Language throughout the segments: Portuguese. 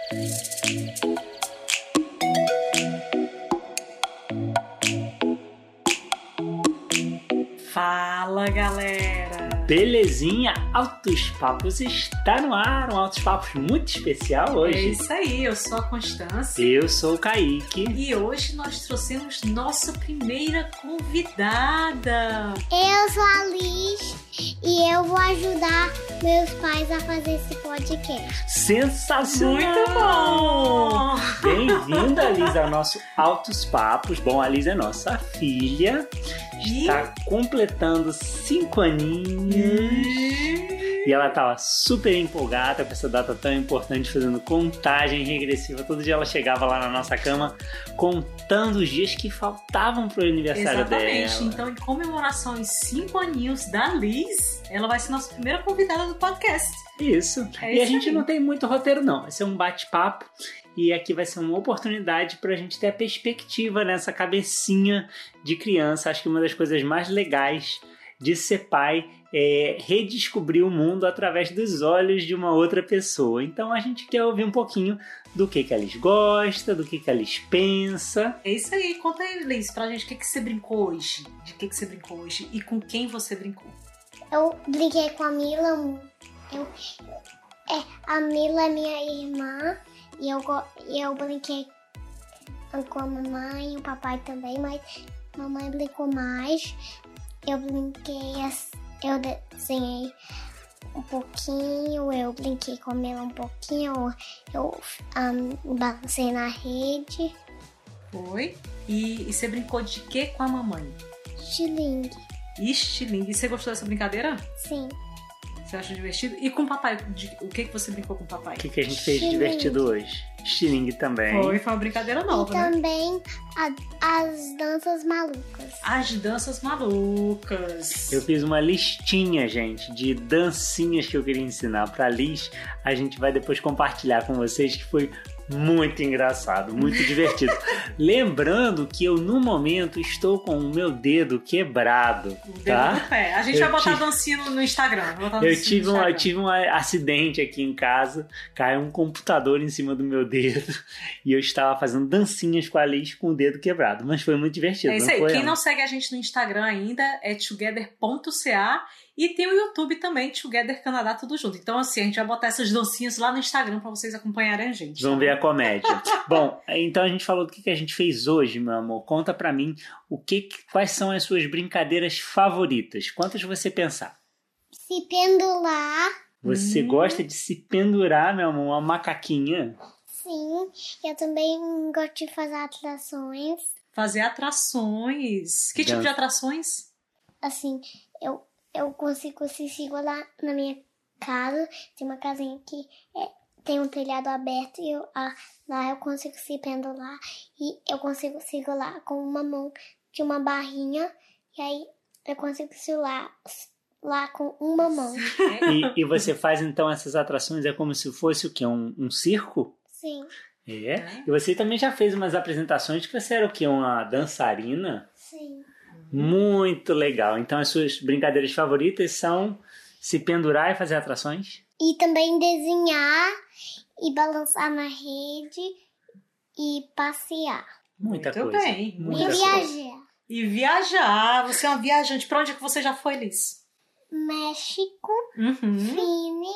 Fala, galera! Belezinha? Altos Papos está no ar, um Altos Papos muito especial hoje. É isso aí, eu sou a Constância. Eu sou o Kaique. E hoje nós trouxemos nossa primeira convidada. Eu sou a Liz e eu vou ajudar meus pais a fazer esse podcast. Sensacional! Muito bom! Bem-vinda, Liz, ao nosso Altos Papos. Bom, a Liz é nossa filha. Está completando 5 aninhos. E ela estava super empolgada com essa data tão importante, fazendo contagem regressiva. Todo dia ela chegava lá na nossa cama contando os dias que faltavam para o aniversário dela. Exatamente. Então, em comemoração aos 5 aninhos da Liz, ela vai ser nossa primeira convidada do podcast. Isso. É e isso a gente aí. não tem muito roteiro, não. Vai ser um bate-papo. E aqui vai ser uma oportunidade para a gente ter a perspectiva nessa cabecinha de criança. Acho que uma das coisas mais legais de ser pai é redescobrir o mundo através dos olhos de uma outra pessoa. Então a gente quer ouvir um pouquinho do que a Liz gosta, do que a Liz pensa. É isso aí. Conta aí, Liz, pra gente o que você brincou hoje. De que você brincou hoje e com quem você brincou. Eu brinquei com a Mila. A Mila é minha irmã e eu brinquei com a mamãe e o papai também, mas a mamãe brincou mais. Eu desenhei um pouquinho, eu brinquei com a Mila um pouquinho, eu balancei na rede. Foi? E você brincou de que com a mamãe? Estilingue. Estilingue. E você gostou dessa brincadeira? Sim. Você acha divertido? E com o papai? O que você brincou com o papai? O que a gente fez de Estilingue. divertido hoje? Estilingue também. Foi uma brincadeira nova, E né? também as danças malucas. As danças malucas. Eu fiz uma listinha, gente, de dancinhas que eu queria ensinar pra Liz. A gente vai depois compartilhar com vocês, que foi muito engraçado, muito divertido. Lembrando que eu, no momento, estou com o meu dedo quebrado, O dedo tá? no pé. A gente vai botar a dancinha no Instagram. Eu tive um acidente aqui em casa, caiu um computador em cima do meu dedo e eu estava fazendo dancinhas com a Liz com o dedo quebrado, mas foi muito divertido. É isso não aí. foi, Quem Ana? não segue a gente no Instagram ainda é together.ca e tem o YouTube também, Together Canadá, tudo junto. Então, assim, a gente vai botar essas dancinhas lá no Instagram pra vocês acompanharem a gente. Vamos tá? ver a comédia. Bom, então a gente falou do que a gente fez hoje, meu amor. Conta pra mim quais são as suas brincadeiras favoritas. Quantas você pensar? Se pendular. Você gosta de se pendurar, meu amor, uma macaquinha? Sim, eu também gosto de fazer atrações. Fazer atrações. Que tipo de atrações? Assim, eu consigo se segurar na minha casa. Tem uma casinha que tem um telhado aberto e lá eu consigo se pendurar. E eu consigo segurar com uma mão de uma barrinha. E aí eu consigo segurar lá com uma mão. E você faz então essas atrações, é como se fosse o quê? Um circo? Sim, É. E você também já fez umas apresentações que você era o quê? Uma dançarina? sim. Muito legal. Então as suas brincadeiras favoritas são se pendurar e fazer atrações? E também desenhar e balançar na rede e passear. Muita Muito coisa. bem. Muita E coisa. viajar. E viajar. Você é uma viajante. Pra onde é que você já foi, Liz? México, Uhum.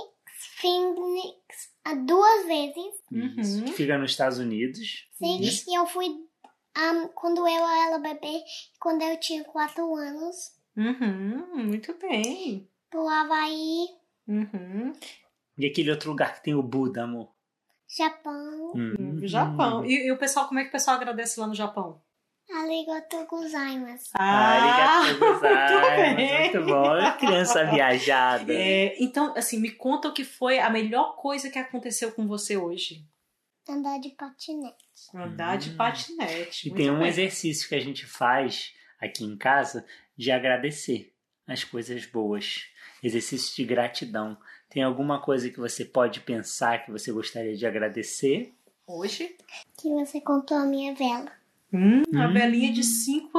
Phoenix 2 vezes. Isso. Que fica nos Estados Unidos. Sim, e eu fui quando eu era bebê, quando eu tinha 4 anos, Uhum. Muito bem. pro Havaí, Uhum. E aquele outro lugar que tem o Buda, amor? Japão. Japão. E o pessoal, como é que o pessoal agradece lá no Japão? Arigatou gozaimasu. Arigatou gozaimasu. bem. Muito bom. Criança viajada. Então, assim, me conta o que foi a melhor coisa que aconteceu com você hoje. Andar de patinete. Andar de patinete. E Muito tem um bem. exercício que a gente faz aqui em casa de agradecer as coisas boas. Exercício de gratidão. Tem alguma coisa que você pode pensar que você gostaria de agradecer? Hoje? Que você comprou a minha vela. Uma velinha de 5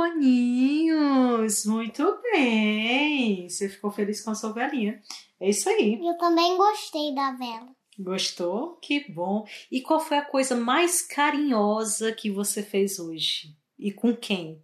aninhos. Muito bem. Você ficou feliz com a sua velinha. É isso aí. Eu também gostei da vela. Gostou? Que bom. E qual foi a coisa mais carinhosa que você fez hoje? E com quem?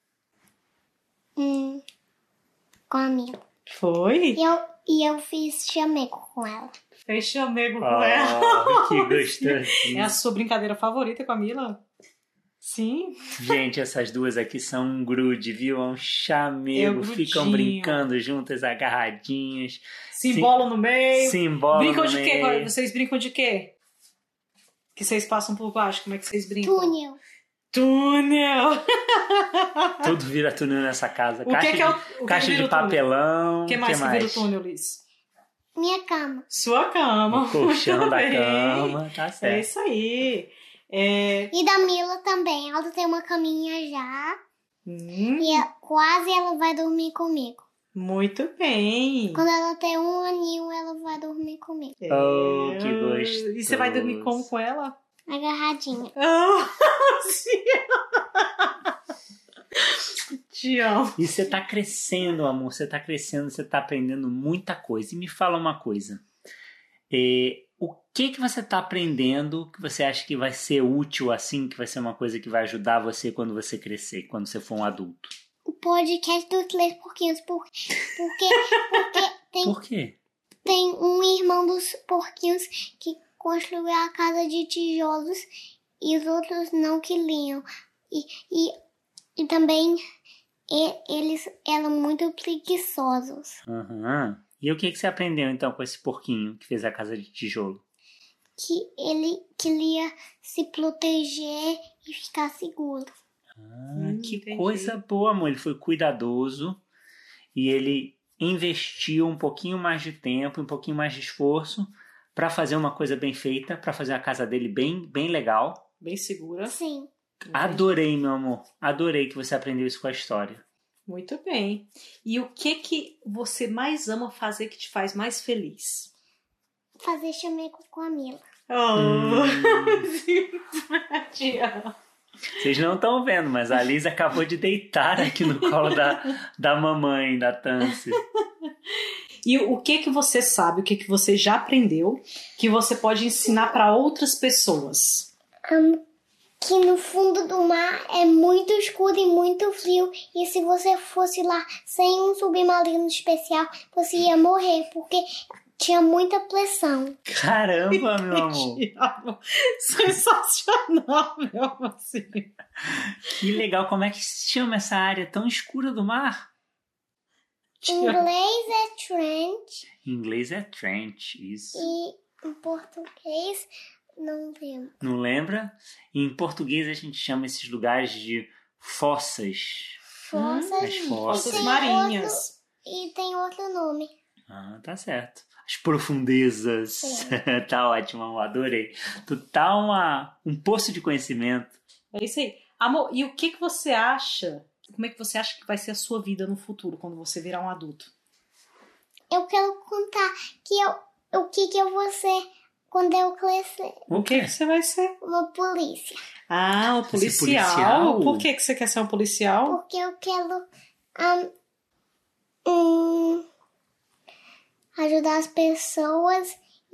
Com a minha. Foi? E eu fiz chamego com ela. Fez chamego com ela. Que gostosinho. É a sua brincadeira favorita com a Mila? Sim. Gente, essas duas aqui são um grude, viu? É um chamego. Ficam brincando juntas, agarradinhas. Se embolam no meio. Se embolam brincam no de meio. quê? Vocês brincam de quê? Que vocês passam por baixo. Como é que vocês brincam? Túnel. Túnel. Tudo vira túnel nessa casa. O que Caixa vira de papelão. O que mais que vira o túnel, Liz? Minha cama. Sua cama. O colchão Muito da bem. cama. Tá certo. É isso aí. E da Mila também. Ela tem uma caminha já. E quase ela vai dormir comigo. Muito bem. Quando ela tem 1 aninho, ela vai dormir comigo. Oh, que gostoso. E você vai dormir como com ela? Agarradinha. Sim. Te amo. E você tá crescendo, amor. Você tá crescendo, você tá aprendendo muita coisa. E me fala uma coisa. O que você tá aprendendo que você acha que vai ser útil assim, que vai ser uma coisa que vai ajudar você quando você crescer, quando você for um adulto? O podcast dos 3 porquinhos. Porque tem, Por quê? tem um irmão dos porquinhos que construiu a casa de tijolos e os outros não que liam. E também eles eram muito preguiçosos. Uhum. E o que você aprendeu então com esse porquinho que fez a casa de tijolo? Que ele queria se proteger e ficar seguro. Que entendi. coisa boa, amor. Ele foi cuidadoso e ele investiu um pouquinho mais de tempo, um pouquinho mais de esforço para fazer uma coisa bem feita, para fazer a casa dele bem legal. Bem segura. Sim. Adorei, meu amor. Adorei que você aprendeu isso com a história. Muito bem. E o que você mais ama fazer que te faz mais feliz? Fazer chamego com a Mila. Te amo. Vocês não estão vendo, mas a Liz acabou de deitar aqui no colo da mamãe, da Tansy. E o que você sabe, o que você já aprendeu, que você pode ensinar para outras pessoas? Que no fundo do mar é muito escuro e muito frio. E se você fosse lá sem um submarino especial, você ia morrer, porque tinha muita pressão. Caramba, meu amor. Sensacional, meu amorzinho. Que legal. Como é que se chama essa área tão escura do mar? Em inglês é trench. Em inglês é trench, isso. E em português não lembro. Não lembra? Em português a gente chama esses lugares de fossas. Fossas. As fossas tem marinhas. E tem outro nome. Tá certo. As profundezas. Tá ótimo, amor. Adorei. Tu tá um poço de conhecimento. É isso aí. Amor, e o que você acha? Como é que você acha que vai ser a sua vida no futuro, quando você virar um adulto? Eu quero contar o que eu vou ser quando eu crescer. O que você vai ser? Uma polícia. Um policial. Por que você quer ser um policial? Porque eu quero ajudar as pessoas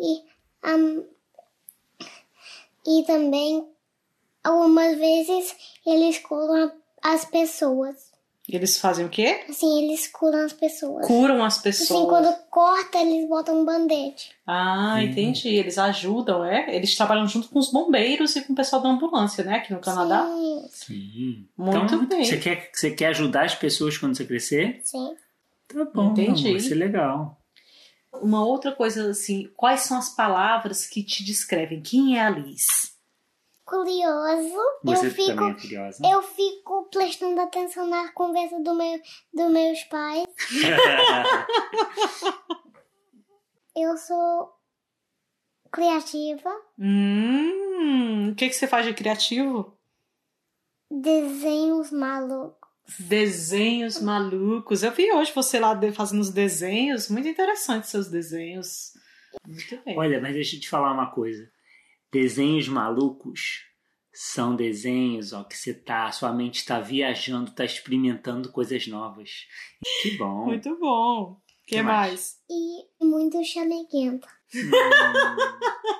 e também algumas vezes eles curam as pessoas. Eles fazem o quê? Assim, eles curam as pessoas. Curam as pessoas. Assim, quando corta, eles botam um band-aid. Entendi. Eles ajudam, Eles trabalham junto com os bombeiros e com o pessoal da ambulância, né? Aqui no Canadá. Sim. Muito então, bem. Você quer ajudar as pessoas quando você crescer? Sim. Tá bom, entendi. Amor, isso é legal. Uma outra coisa, assim, quais são as palavras que te descrevem? Quem é a Liz? Curioso. Você também é curiosa? Eu fico prestando atenção na conversa dos meus pais. Eu sou criativa. O que você faz de criativo? Desenhos malucos. Desenhos malucos. Eu vi hoje você lá fazendo os desenhos. Muito interessante seus desenhos. Muito bem. Olha, mas deixa eu te falar uma coisa. Desenhos malucos são desenhos que sua mente está viajando, está experimentando coisas novas. Que bom. Muito bom. O que mais? E muito chameguenta.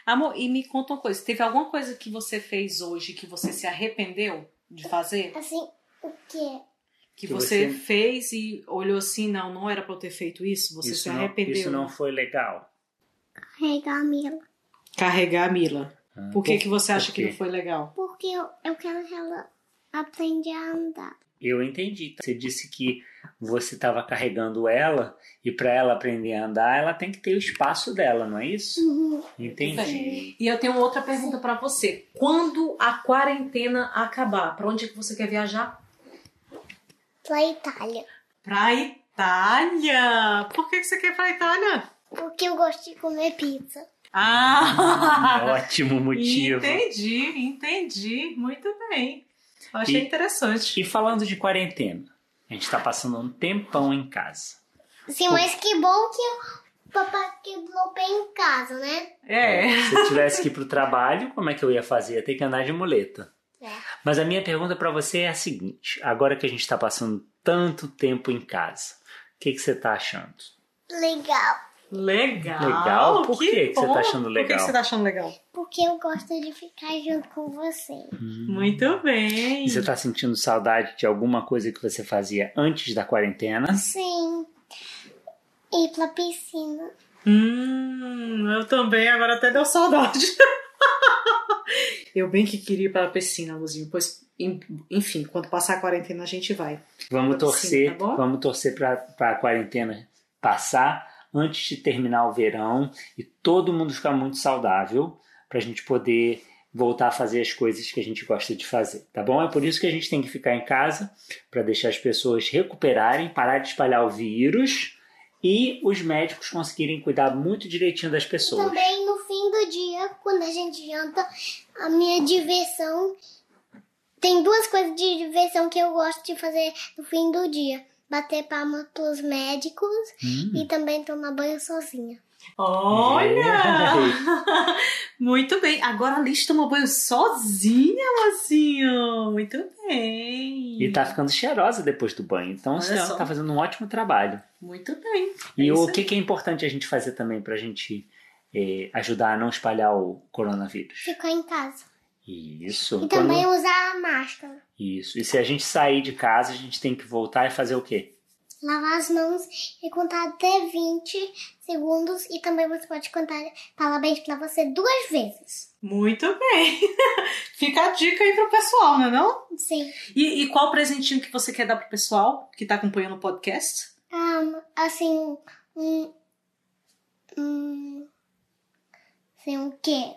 Amor, e me conta uma coisa. Teve alguma coisa que você fez hoje que você se arrependeu de fazer? Assim, o quê? Que você fez e olhou assim, não era pra eu ter feito isso? Você se arrependeu? Isso não foi legal. Carregar a Mila. Carregar a Mila. Por que você acha por que quê? não foi legal? Porque eu quero que ela aprenda a andar. Eu entendi. Você disse que você estava carregando ela e para ela aprender a andar, ela tem que ter o espaço dela, não é isso? Entendi. E eu tenho outra pergunta pra você. Quando a quarentena acabar, pra onde é que você quer viajar? Pra Itália. Pra Itália! Por que você quer ir pra Itália? Porque eu gosto de comer pizza. Ótimo motivo. Entendi. Muito bem. Eu achei interessante. E falando de quarentena, a gente está passando um tempão em casa. Sim, mas que bom que o papai quebrou bem em casa, né? Se eu tivesse que ir pro trabalho, como é que eu ia fazer? Ia ter que andar de muleta. Mas a minha pergunta para você é a seguinte. Agora que a gente está passando tanto tempo em casa, o que você está achando? Legal? Por que você tá achando legal? Por que você tá achando legal? Porque eu gosto de ficar junto com você. Muito bem. E você tá sentindo saudade de alguma coisa que você fazia antes da quarentena? Sim. Ir pra piscina. Eu também, agora até deu saudade. Eu bem que queria ir para a piscina, Luzinho. Pois, enfim, quando passar a quarentena a gente vai. Vamos torcer, piscina, tá bom? vamos torcer para a quarentena passar antes de terminar o verão e todo mundo ficar muito saudável para a gente poder voltar a fazer as coisas que a gente gosta de fazer, tá bom? É por isso que a gente tem que ficar em casa, para deixar as pessoas recuperarem, parar de espalhar o vírus e os médicos conseguirem cuidar muito direitinho das pessoas. Também no fim do dia, quando a gente janta, a minha diversão... Tem duas coisas de diversão que eu gosto de fazer no fim do dia. Bater palma pros médicos e também tomar banho sozinha. Olha! Muito bem. Agora a Liz toma banho sozinha, Luzinho. Muito bem. E tá ficando cheirosa depois do banho. Então você tá fazendo um ótimo trabalho. Muito bem. E o que é importante a gente fazer também pra gente ajudar a não espalhar o coronavírus? Ficar em casa. Isso. E também usar a máscara. Isso. E se a gente sair de casa, a gente tem que voltar e fazer o quê? Lavar as mãos e contar até 20 segundos. E também você pode contar parabéns pra você 2 vezes. Muito bem. Fica a dica aí pro pessoal, não é não? Sim. E qual presentinho que você quer dar pro pessoal que tá acompanhando o podcast? Assim, assim, o quê?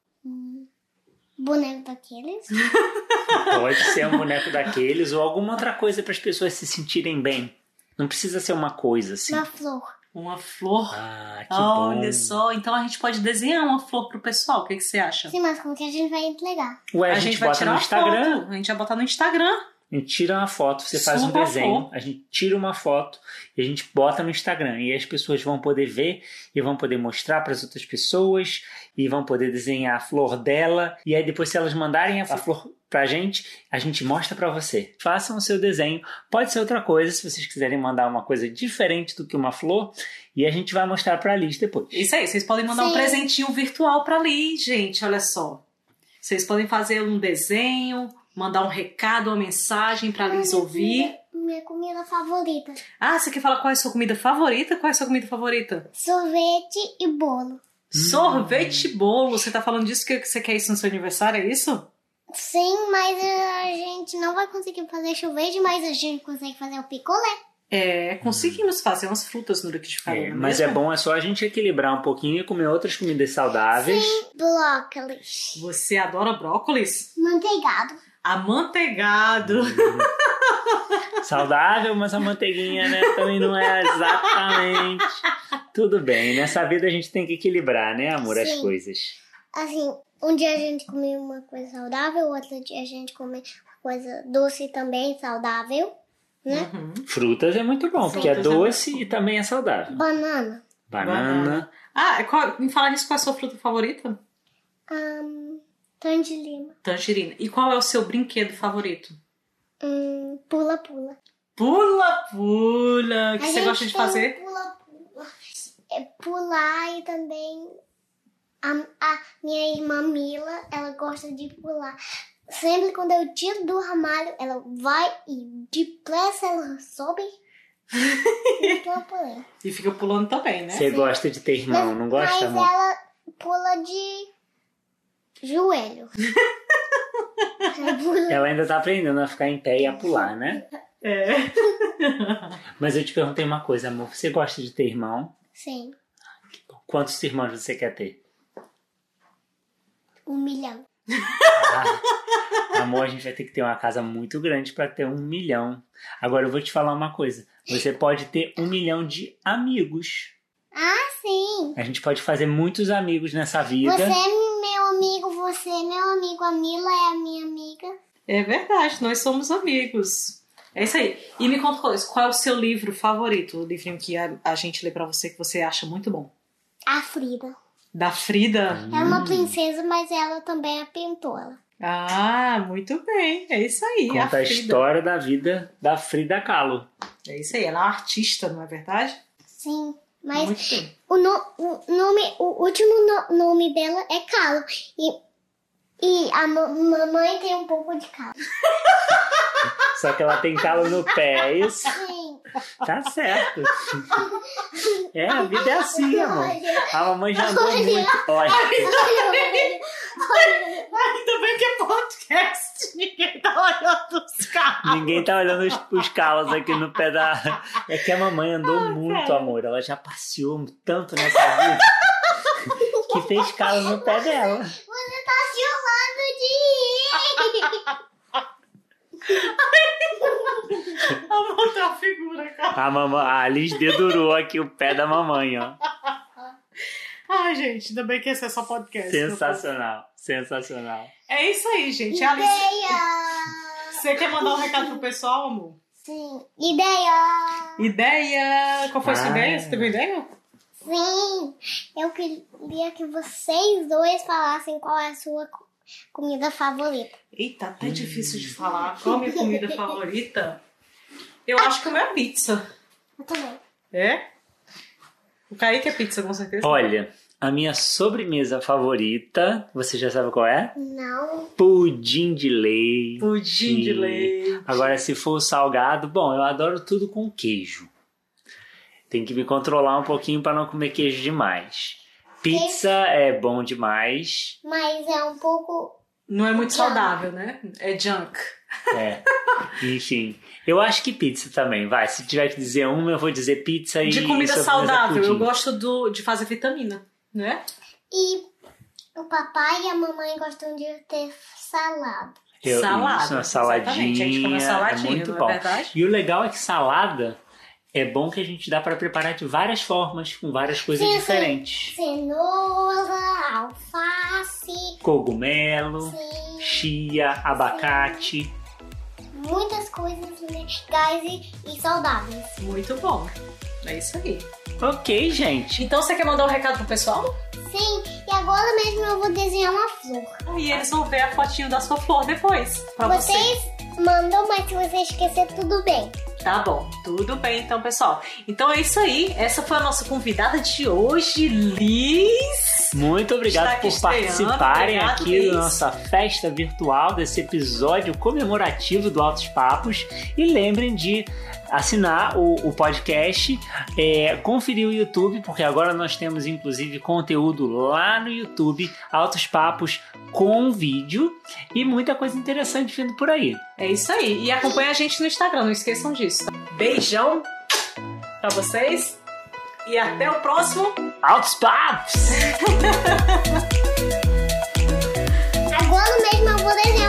Boneco daqueles? Pode ser um boneco daqueles ou alguma outra coisa para as pessoas se sentirem bem. Não precisa ser uma coisa assim. Uma flor. Uma flor? Ah, que bom. Olha só, então a gente pode desenhar uma flor pro pessoal. O que você acha? Sim, mas como que a gente vai entregar? Ué, a gente vai bota tirar no uma Instagram. foto. A gente vai botar no Instagram. A gente tira uma foto, você faz um desenho, a gente tira uma foto e a gente bota no Instagram. E as pessoas vão poder ver e vão poder mostrar para as outras pessoas e vão poder desenhar a flor dela. E aí depois, se elas mandarem a flor pra gente, a gente mostra pra você. Façam o seu desenho. Pode ser outra coisa, se vocês quiserem mandar uma coisa diferente do que uma flor. E a gente vai mostrar pra Liz depois. Isso aí, vocês podem mandar um presentinho virtual pra Liz, gente, olha só. Vocês podem fazer um desenho, mandar um recado, uma mensagem pra Liz ouvir. Minha comida favorita. Ah, você quer falar qual é a sua comida favorita? Qual é a sua comida favorita? Sorvete e bolo. Sorvete e bolo. Você tá falando disso que você quer isso no seu aniversário, é isso? Sim, mas a gente não vai conseguir fazer sorvete, mas a gente consegue fazer o picolé. Conseguimos fazer umas frutas no liquidificador. Mas é bom, é só a gente equilibrar um pouquinho e comer outras comidas saudáveis. Sim, brócolis. Você adora brócolis? Manteigado. Amanteigado. Saudável, mas a manteiguinha, né, também não é exatamente. Tudo bem, nessa vida a gente tem que equilibrar, né, amor, as coisas. Assim, um dia a gente come uma coisa saudável, outro dia a gente come uma coisa doce também saudável, né? Frutas é muito bom, porque é doce e também é saudável. Banana. Me fala nisso, qual é a sua fruta favorita? Tangerina. Tangerina. E qual é o seu brinquedo favorito? Pula-pula. Pula-pula. O que você gosta de fazer? Pula-pula. É pular e também A minha irmã Mila, ela gosta de pular. Sempre quando eu tiro do armário, ela vai e depressa ela sobe e pula. E fica pulando também, né? Você gosta de ter irmão, não gosta, Mas amor? ela pula de joelho. Ela ainda tá aprendendo a ficar em pé e a pular, né? É. Mas eu te perguntei uma coisa, amor. Você gosta de ter irmão? Sim, Quantos irmãos você quer ter? 1 milhão. Amor, a gente vai ter que ter uma casa muito grande pra ter 1 milhão. Agora eu vou te falar uma coisa. Você pode ter 1 milhão de amigos. Ah, sim. A gente pode fazer muitos amigos nessa vida. Você é meu amigo, você é meu amigo, a Mila é a minha amiga. É verdade, nós somos amigos. É isso aí. E me conta uma coisa, qual é o seu livro favorito? O livrinho que a gente lê pra você, que você acha muito bom. A Frida. Da Frida? É uma princesa, mas ela também é pintora. Ah, muito bem. É isso aí. Conta a Frida. história da vida da Frida Kahlo. É isso aí. Ela é uma artista, não é verdade? Sim, mas Muito bem. o último nome dela é Kahlo. E a mamãe tem um pouco de calo. Só que ela tem calo no pé, é isso? Sim. Tá certo. É, a vida é assim, amor. A mamãe já andou muito. Olha. Ainda bem que é podcast. Ninguém tá olhando os carros. Ninguém tá olhando os calos aqui no pé da... É que a mamãe andou muito, amor. Ela já passeou tanto nessa vida que fez calo no pé dela. Você tá chamando de... Amor, tá uma figura, cara. A Alice dedurou aqui o pé da mamãe, ó. Ai, gente, ainda bem que esse é só podcast. Sensacional, sensacional. É isso aí, gente. Ideia! Você quer mandar um recado pro pessoal, amor? Sim. Ideia! Ideia! Qual foi a sua ideia? Você teve ideia? Sim. Eu queria que vocês dois falassem qual é a sua comida favorita. Eita, até difícil de falar. Qual a minha comida favorita? Eu acho que o meu é pizza. Eu também. É? O Kaique é pizza, com certeza. Olha, a minha sobremesa favorita, você já sabe qual é? Não. Pudim de leite. Pudim de leite. Agora, se for o salgado, bom, eu adoro tudo com queijo. Tem que me controlar um pouquinho para não comer queijo demais. Pizza é bom demais. Mas é um pouco... Não é muito saudável, né? É junk. É. Enfim. Eu acho que pizza também, vai. Se tiver que dizer uma, eu vou dizer pizza e... De comida sobremesa saudável, pudim. eu gosto de fazer vitamina, né? E o papai e a mamãe gostam de ter salada. Salada, Isso, uma exatamente. A gente come saladinha, uma saladinha, é muito não é bom. verdade? E o legal é que salada é bom que a gente dá para preparar de várias formas, com várias coisas Sim, diferentes. Cenoura, alface, Cogumelo, sim, chia, abacate. muitas coisas legais e saudáveis. Muito bom. É isso aí. Ok, gente. Então você quer mandar um recado pro pessoal? Sim, e agora mesmo eu vou desenhar uma flor. E eles vão ver a fotinho da sua flor depois. Pra você. Vocês mandam, mas se você esquecer, tudo bem. Tá bom, tudo bem então, pessoal. Então é isso aí. Essa foi a nossa convidada de hoje, Liz. Muito obrigado Está aqui por estreando. participarem Obrigado, aqui Liz. da nossa festa virtual, desse episódio comemorativo do Altos Papos. E lembrem de assinar o podcast, conferir o YouTube, porque agora nós temos inclusive conteúdo lá no YouTube, Altos Papos com vídeo e muita coisa interessante vindo por aí. É isso aí. E acompanha a gente no Instagram, não esqueçam disso. Tá? Beijão pra vocês e até o próximo. Altos Papos! Agora mesmo eu vou desenhar